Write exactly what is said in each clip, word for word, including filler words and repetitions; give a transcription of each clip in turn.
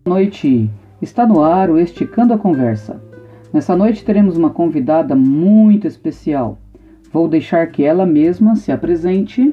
Noite, está no ar o Esticando a Conversa. Nessa noite teremos uma convidada muito especial. Vou deixar que ela mesma se apresente.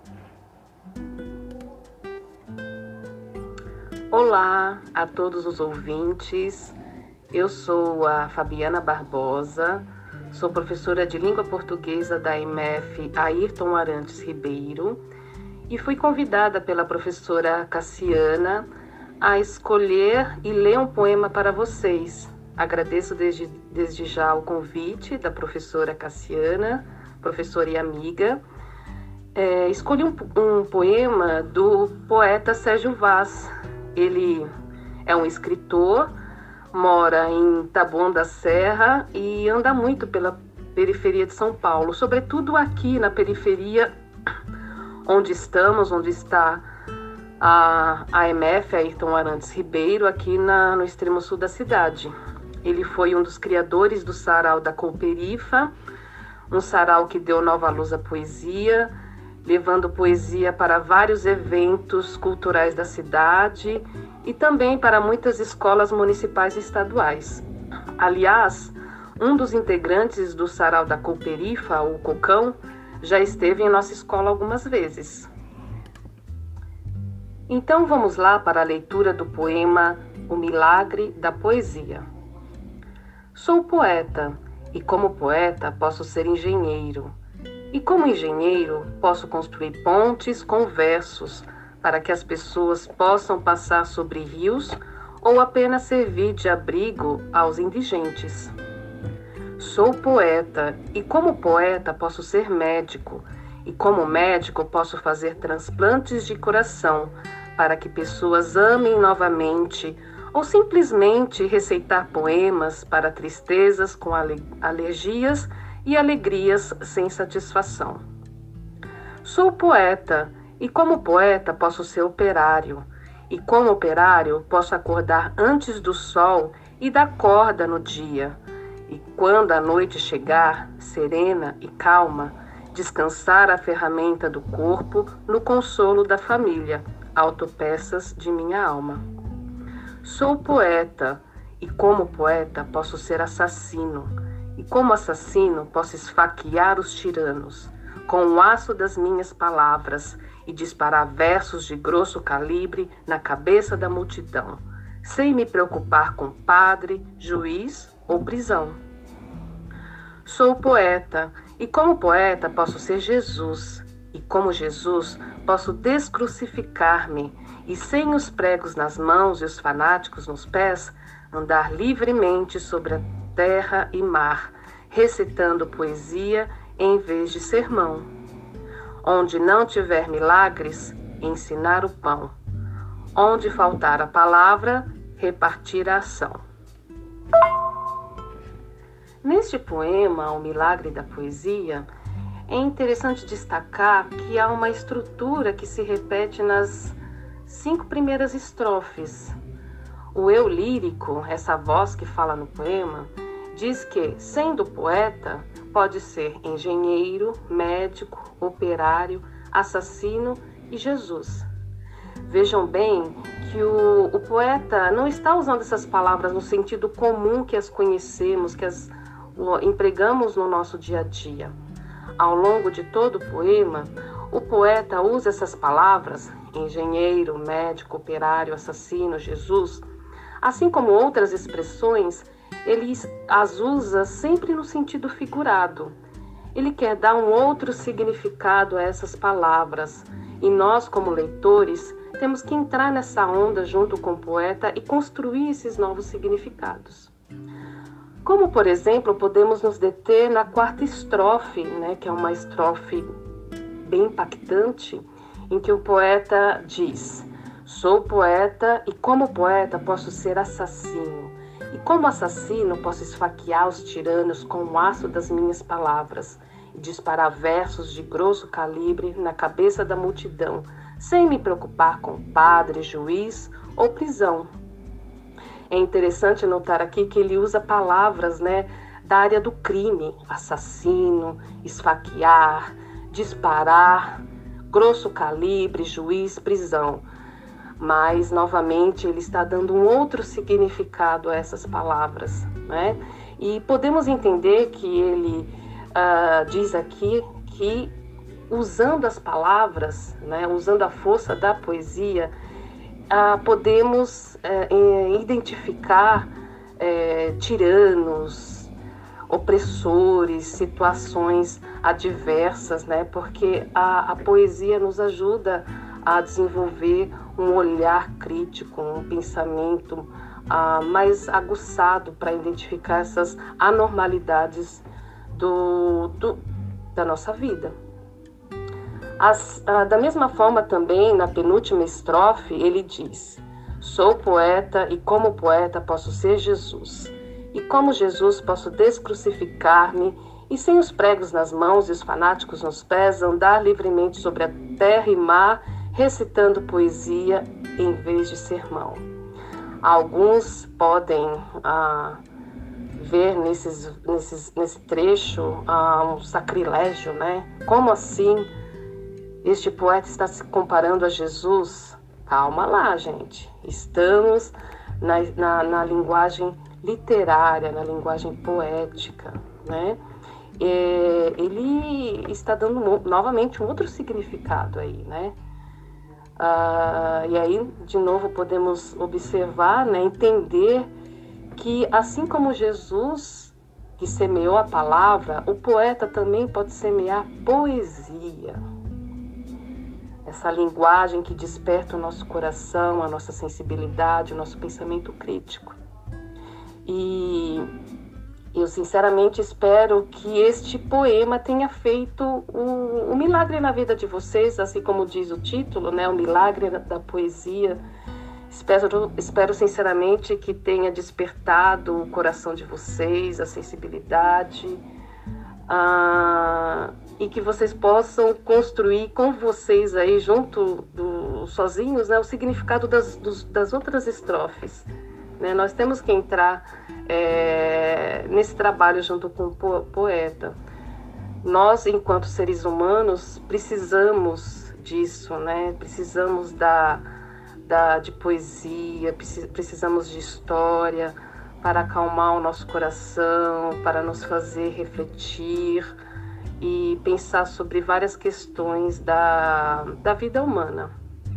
Olá a todos os ouvintes, eu sou a Fabiana Barbosa, sou professora de língua portuguesa da E M E F Ayrton Arantes Ribeiro e fui convidada pela professora Cassiana a escolher e ler um poema para vocês. Agradeço desde, desde já o convite da professora Cassiana, professora e amiga. É, escolhi um, um poema do poeta Sérgio Vaz. Ele é um escritor, mora em Taboão da Serra e anda muito pela periferia de São Paulo, sobretudo aqui na periferia onde estamos, onde está a, a E M E F Ayrton Arantes Ribeiro, aqui na, no extremo sul da cidade. Ele foi um dos criadores do Sarau da Cooperifa, um sarau que deu nova luz à poesia, levando poesia para vários eventos culturais da cidade e também para muitas escolas municipais e estaduais. Aliás, um dos integrantes do Sarau da Cooperifa, o Cocão, já esteve em nossa escola algumas vezes. Então vamos lá para a leitura do poema O Milagre da Poesia. Sou poeta, e como poeta posso ser engenheiro. E como engenheiro, posso construir pontes com versos para que as pessoas possam passar sobre rios ou apenas servir de abrigo aos indigentes. Sou poeta e como poeta posso ser médico e como médico posso fazer transplantes de coração para que pessoas amem novamente ou simplesmente receitar poemas para tristezas com ale- alergias e alegrias sem satisfação. Sou poeta, e como poeta posso ser operário, e como operário posso acordar antes do sol e dar corda no dia, e quando a noite chegar, serena e calma, descansar a ferramenta do corpo no consolo da família, autopeças de minha alma. Sou poeta, e como poeta posso ser assassino, e como assassino posso esfaquear os tiranos, com o aço das minhas palavras e disparar versos de grosso calibre na cabeça da multidão, sem me preocupar com padre, juiz ou prisão. Sou poeta, e como poeta posso ser Jesus, e como Jesus posso descrucificar-me, e sem os pregos nas mãos e os fanáticos nos pés, andar livremente sobre a terra e mar, recitando poesia em vez de sermão. Onde não tiver milagres, ensinar o pão. Onde faltar a palavra, repartir a ação. Neste poema, O Milagre da Poesia, é interessante destacar que há uma estrutura que se repete nas cinco primeiras estrofes. O eu lírico, essa voz que fala no poema, diz que, sendo poeta, pode ser engenheiro, médico, operário, assassino e Jesus. Vejam bem que o, o poeta não está usando essas palavras no sentido comum que as conhecemos, que as o, empregamos no nosso dia a dia. Ao longo de todo o poema, o poeta usa essas palavras, engenheiro, médico, operário, assassino, Jesus, assim como outras expressões, ele as usa sempre no sentido figurado. Ele quer dar um outro significado a essas palavras, e nós, como leitores, temos que entrar nessa onda junto com o poeta e construir esses novos significados. Como, por exemplo, podemos nos deter na quarta estrofe, né, que é uma estrofe bem impactante, em que o poeta diz: sou poeta e como poeta posso ser assassino. E como assassino posso esfaquear os tiranos com o aço das minhas palavras e disparar versos de grosso calibre na cabeça da multidão, sem me preocupar com padre, juiz ou prisão. É interessante notar aqui que ele usa palavras, né, da área do crime: assassino, esfaquear, disparar, grosso calibre, juiz, prisão. mas novamente ele está dando um outro significado a essas palavras, né? E podemos entender que ele uh, diz aqui que usando as palavras, né, usando a força da poesia, uh, podemos uh, identificar uh, tiranos, opressores, situações adversas, né? Porque a, a poesia nos ajuda a desenvolver um olhar crítico, um pensamento uh, mais aguçado para identificar essas anormalidades do, do, da nossa vida. As, uh, da mesma forma também, na penúltima estrofe, ele diz: sou poeta e como poeta posso ser Jesus. E como Jesus posso descrucificar-me e sem os pregos nas mãos e os fanáticos nos pés andar livremente sobre a terra e mar, recitando poesia em vez de sermão. Alguns podem ah, ver nesses, nesses, nesse trecho ah, um sacrilégio, né? Como assim este poeta está se comparando a Jesus? Calma lá, gente. Estamos na, na, na linguagem literária, na linguagem poética, né? É, ele está dando novamente um outro significado aí, né? Ah, e aí, de novo, podemos observar, né, entender que, assim como Jesus, que semeou a palavra, o poeta também pode semear poesia. Essa linguagem que desperta o nosso coração, a nossa sensibilidade, o nosso pensamento crítico. E eu sinceramente espero que este poema tenha feito um, um milagre na vida de vocês, assim como diz o título, né? O milagre da poesia. Espero, espero sinceramente que tenha despertado o coração de vocês, a sensibilidade, ah, e que vocês possam construir com vocês aí, junto, do, sozinhos, né, o significado das, dos, das outras estrofes. Né? Nós temos que entrar é, nesse trabalho junto com o poeta. Nós, enquanto seres humanos, precisamos disso, né? Precisamos da, da, de poesia, precisamos de história para acalmar o nosso coração, para nos fazer refletir e pensar sobre várias questões da, da vida humana.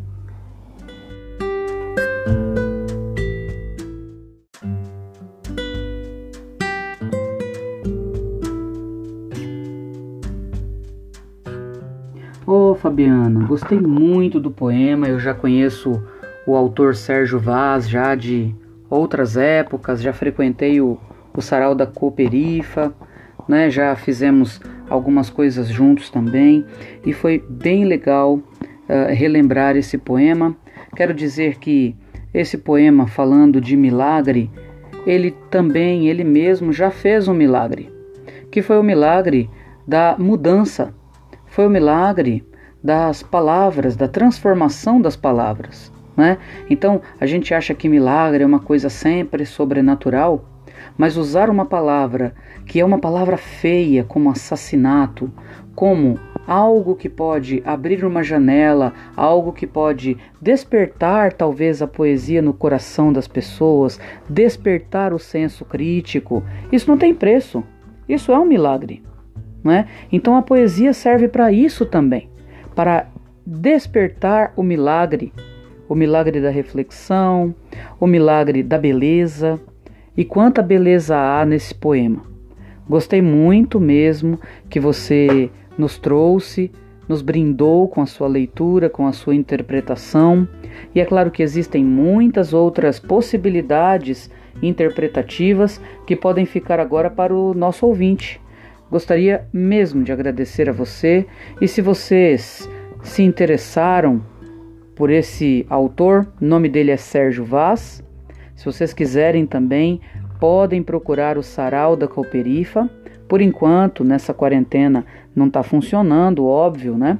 Ô oh, Fabiana, gostei muito do poema. Eu já conheço o autor Sérgio Vaz já de outras épocas, já frequentei o, o sarau da Cooperifa, né? Já fizemos algumas coisas juntos também e foi bem legal uh, relembrar esse poema. Quero dizer que esse poema, falando de milagre, ele também, ele mesmo já fez um milagre, que foi o milagre da mudança. Foi o milagre das palavras, da transformação das palavras, né? Então, a gente acha que milagre é uma coisa sempre sobrenatural, mas usar uma palavra que é uma palavra feia, como assassinato, como algo que pode abrir uma janela, algo que pode despertar talvez a poesia no coração das pessoas, despertar o senso crítico, isso não tem preço, isso é um milagre. Né? Então a poesia serve para isso também, para despertar o milagre, o milagre da reflexão, o milagre da beleza. E quanta beleza há nesse poema. Gostei muito mesmo que você nos trouxe, nos brindou com a sua leitura, com a sua interpretação. E é claro que existem muitas outras possibilidades interpretativas que podem ficar agora para o nosso ouvinte. Gostaria mesmo de agradecer a você, e se vocês se interessaram por esse autor, o nome dele é Sérgio Vaz. Se vocês quiserem também, podem procurar o sarau da Cooperifa. Por enquanto, nessa quarentena não está funcionando, óbvio, né?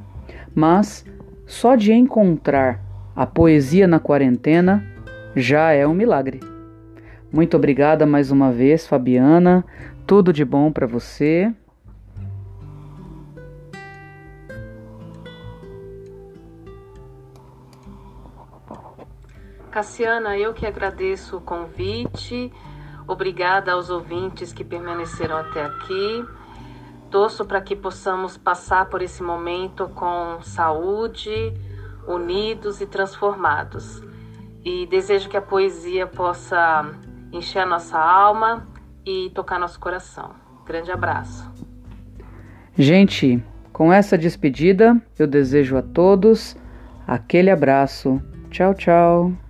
Mas só de encontrar a poesia na quarentena já é um milagre. Muito obrigada mais uma vez, Fabiana. Tudo de bom para você. Cassiana, eu que agradeço o convite. Obrigada aos ouvintes que permaneceram até aqui. Torço para que possamos passar por esse momento com saúde, unidos e transformados. E desejo que a poesia possa encher a nossa alma e tocar nosso coração. Grande abraço. Gente, com essa despedida, eu desejo a todos aquele abraço. Tchau, tchau.